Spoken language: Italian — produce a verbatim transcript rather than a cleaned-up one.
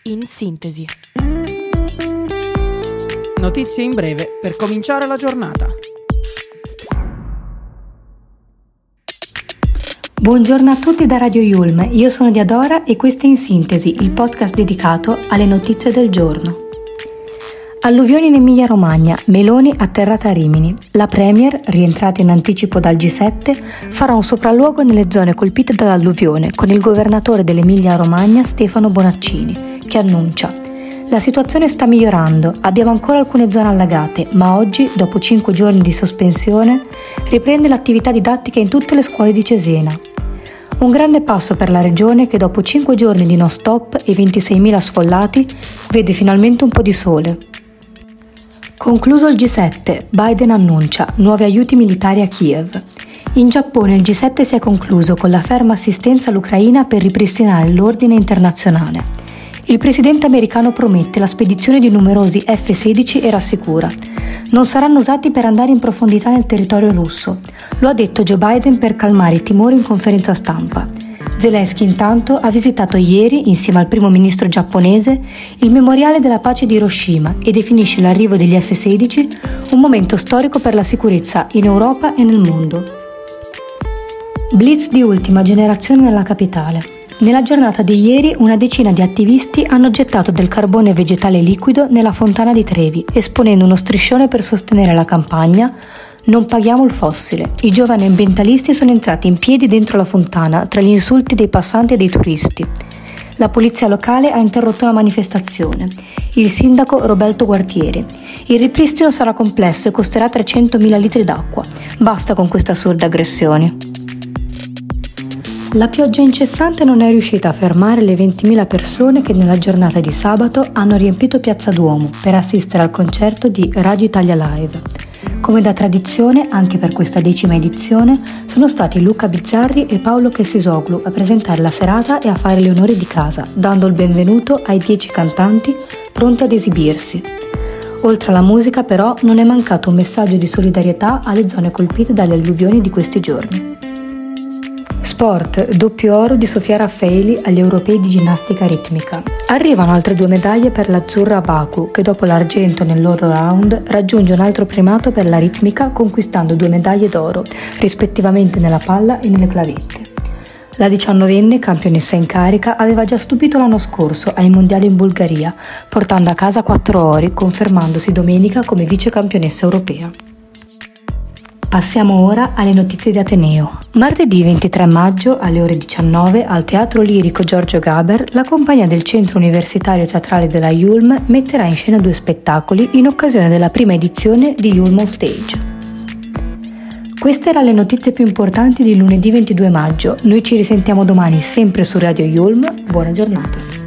In sintesi. Notizie in breve per cominciare la giornata. Buongiorno a tutti da Radio Yulm, io sono Diadora e questo è In Sintesi, il podcast dedicato alle notizie del giorno. Alluvioni in Emilia-Romagna, Meloni atterrata a Rimini. La Premier, rientrata in anticipo dal G sette, farà un sopralluogo nelle zone colpite dall'alluvione con il governatore dell'Emilia-Romagna Stefano Bonaccini, che annuncia: la situazione sta migliorando, abbiamo ancora alcune zone allagate, ma oggi, dopo cinque giorni di sospensione, riprende l'attività didattica in tutte le scuole di Cesena. Un grande passo per la regione che dopo cinque giorni di no stop e ventiseimila sfollati vede finalmente un po' di sole. Concluso il G sette, Biden annuncia nuovi aiuti militari a Kiev. In Giappone il G sette si è concluso con la ferma assistenza all'Ucraina per ripristinare l'ordine internazionale. Il presidente americano promette la spedizione di numerosi F sedici e rassicura: non saranno usati per andare in profondità nel territorio russo. Lo ha detto Joe Biden per calmare i timori in conferenza stampa. Zelensky intanto ha visitato ieri, insieme al primo ministro giapponese, il memoriale della pace di Hiroshima e definisce l'arrivo degli F sedici un momento storico per la sicurezza in Europa e nel mondo. Blitz di ultima generazione nella capitale. Nella giornata di ieri una decina di attivisti hanno gettato del carbone vegetale liquido nella fontana di Trevi, esponendo uno striscione per sostenere la campagna "Non paghiamo il fossile". I giovani ambientalisti sono entrati in piedi dentro la fontana, tra gli insulti dei passanti e dei turisti. La polizia locale ha interrotto la manifestazione. Il sindaco Roberto Guartieri: il ripristino sarà complesso e costerà trecentomila litri d'acqua. Basta con queste assurde aggressioni. La pioggia incessante non è riuscita a fermare le ventimila persone che nella giornata di sabato hanno riempito Piazza Duomo per assistere al concerto di Radio Italia Live. Come da tradizione, anche per questa decima edizione, sono stati Luca Bizzarri e Paolo Kessisoglu a presentare la serata e a fare gli onori di casa, dando il benvenuto ai dieci cantanti pronti ad esibirsi. Oltre alla musica, però, non è mancato un messaggio di solidarietà alle zone colpite dalle alluvioni di questi giorni. Sport, doppio oro di Sofia Raffaeli agli europei di ginnastica ritmica. Arrivano altre due medaglie per l'azzurra a Baku, che dopo l'argento nell'all-round raggiunge un altro primato per la ritmica, conquistando due medaglie d'oro, rispettivamente nella palla e nelle clavette. La diciannovenne, campionessa in carica, aveva già stupito l'anno scorso ai mondiali in Bulgaria, portando a casa quattro ori, confermandosi domenica come vice campionessa europea. Passiamo ora alle notizie di Ateneo. Martedì ventitré maggio alle ore diciannove al Teatro Lirico Giorgio Gaber la compagnia del Centro Universitario Teatrale della Yulm metterà in scena due spettacoli in occasione della prima edizione di Yulm on Stage. Queste erano le notizie più importanti di lunedì ventidue maggio. Noi ci risentiamo domani sempre su Radio Yulm. Buona giornata.